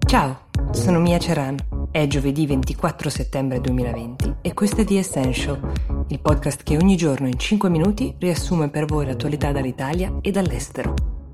Ciao, sono Mia Ceran. È giovedì 24 settembre 2020 e questo è The Essential, il podcast che ogni giorno in 5 minuti riassume per voi l'attualità dall'Italia e dall'estero.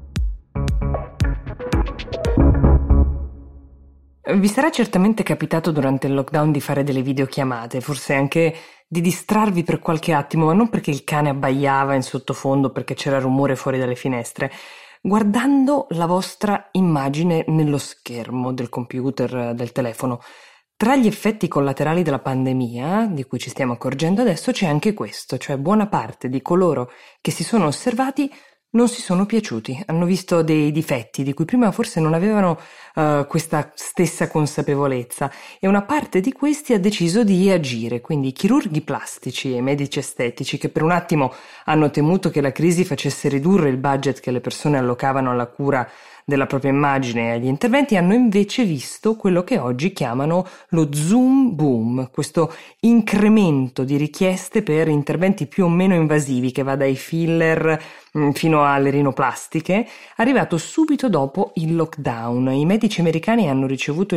Vi sarà certamente capitato durante il lockdown di fare delle videochiamate, forse anche di distrarvi per qualche attimo, ma non perché il cane abbaiava in sottofondo, perché c'era rumore fuori dalle finestre, guardando la vostra immagine nello schermo del computer, del telefono. Tra gli effetti collaterali della pandemia, di cui ci stiamo accorgendo adesso, c'è anche questo, cioè buona parte di coloro che si sono osservati non si sono piaciuti, hanno visto dei difetti di cui prima forse non avevano questa stessa consapevolezza e una parte di questi ha deciso di agire, quindi i chirurghi plastici e i medici estetici che per un attimo hanno temuto che la crisi facesse ridurre il budget che le persone allocavano alla cura della propria immagine e agli interventi, hanno invece visto quello che oggi chiamano lo Zoom boom, questo incremento di richieste per interventi più o meno invasivi che va dai filler fino alle rinoplastiche, arrivato subito dopo il lockdown. I medici americani hanno ricevuto il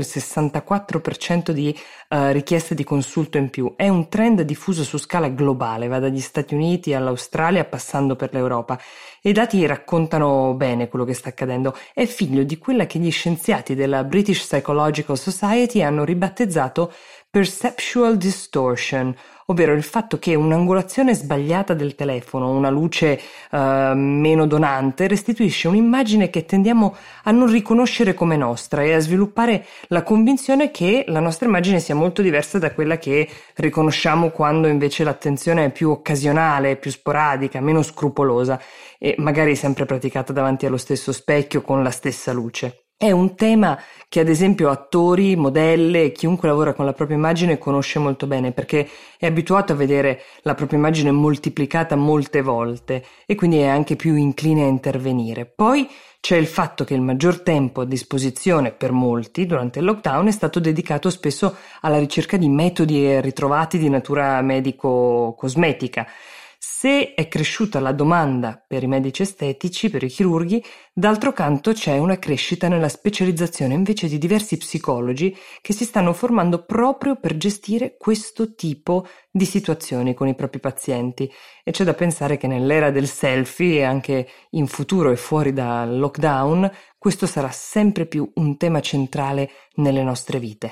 64% di richieste di consulto in più. È un trend diffuso su scala globale, va dagli Stati Uniti all'Australia passando per l'Europa. I dati raccontano bene quello che sta accadendo. È figlio di quella che gli scienziati della British Psychological Society hanno ribattezzato perceptual distortion, ovvero il fatto che un'angolazione sbagliata del telefono, una luce meno donante, restituisce un'immagine che tendiamo a non riconoscere come nostra e a sviluppare la convinzione che la nostra immagine sia molto diversa da quella che riconosciamo quando invece l'attenzione è più occasionale, più sporadica, meno scrupolosa e magari sempre praticata davanti allo stesso specchio con la stessa luce. È un tema che ad esempio attori, modelle e chiunque lavora con la propria immagine conosce molto bene perché è abituato a vedere la propria immagine moltiplicata molte volte e quindi è anche più incline a intervenire. Poi c'è il fatto che il maggior tempo a disposizione per molti durante il lockdown è stato dedicato spesso alla ricerca di metodi ritrovati di natura medico-cosmetica. Se è cresciuta la domanda per i medici estetici, per i chirurghi, d'altro canto c'è una crescita nella specializzazione invece di diversi psicologi che si stanno formando proprio per gestire questo tipo di situazioni con i propri pazienti. E c'è da pensare che nell'era del selfie e anche in futuro e fuori dal lockdown, questo sarà sempre più un tema centrale nelle nostre vite.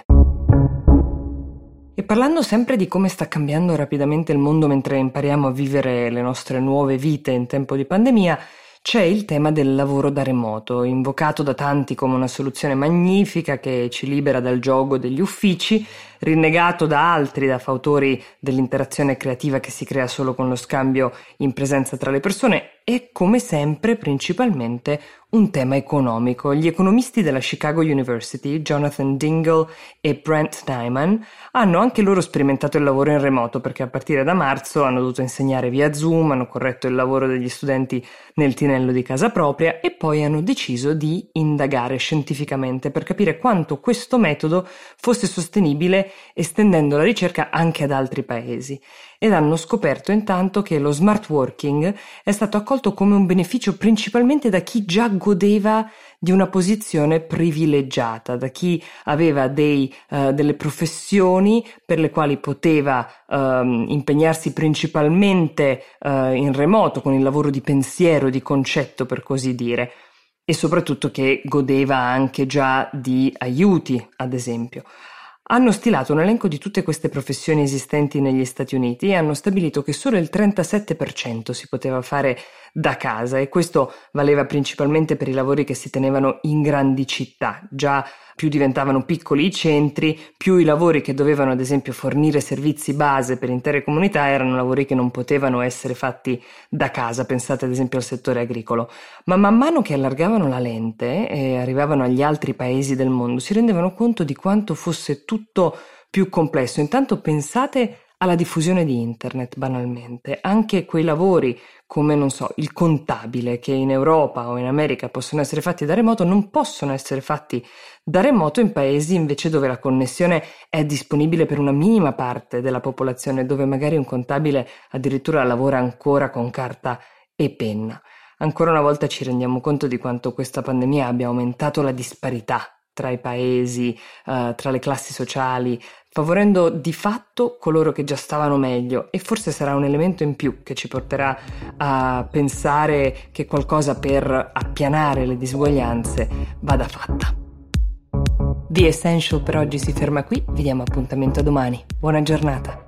E parlando sempre di come sta cambiando rapidamente il mondo mentre impariamo a vivere le nostre nuove vite in tempo di pandemia, c'è il tema del lavoro da remoto, invocato da tanti come una soluzione magnifica che ci libera dal giogo degli uffici, rinnegato da altri, da fautori dell'interazione creativa che si crea solo con lo scambio in presenza tra le persone e, come sempre, principalmente un tema economico. Gli economisti della Chicago University, Jonathan Dingle e Brent Nyman, hanno anche loro sperimentato il lavoro in remoto perché a partire da marzo hanno dovuto insegnare via Zoom, hanno corretto il lavoro degli studenti nel tinello di casa propria e poi hanno deciso di indagare scientificamente per capire quanto questo metodo fosse sostenibile estendendo la ricerca anche ad altri paesi. Ed hanno scoperto intanto che lo smart working è stato accolto come un beneficio principalmente da chi già godeva di una posizione privilegiata, da chi aveva delle professioni per le quali poteva impegnarsi principalmente in remoto, con il lavoro di pensiero, di concetto per così dire, e soprattutto che godeva anche già di aiuti, ad esempio. Hanno stilato un elenco di tutte queste professioni esistenti negli Stati Uniti e hanno stabilito che solo il 37% si poteva fare da casa e questo valeva principalmente per i lavori che si tenevano in grandi città. Già più diventavano piccoli i centri, più i lavori che dovevano ad esempio fornire servizi base per intere comunità erano lavori che non potevano essere fatti da casa, pensate ad esempio al settore agricolo. Ma man mano che allargavano la lente e arrivavano agli altri paesi del mondo si rendevano conto di quanto fosse tutto più complesso. Intanto pensate alla diffusione di internet, banalmente. Anche quei lavori come, non so, il contabile, che in Europa o in America possono essere fatti da remoto, non possono essere fatti da remoto in paesi invece dove la connessione è disponibile per una minima parte della popolazione, dove magari un contabile addirittura lavora ancora con carta e penna. Ancora una volta ci rendiamo conto di quanto questa pandemia abbia aumentato la disparità tra i paesi, tra le classi sociali, favorendo di fatto coloro che già stavano meglio, e forse sarà un elemento in più che ci porterà a pensare che qualcosa per appianare le disuguaglianze vada fatta. The Essential per oggi si ferma qui, vi diamo appuntamento domani. Buona giornata.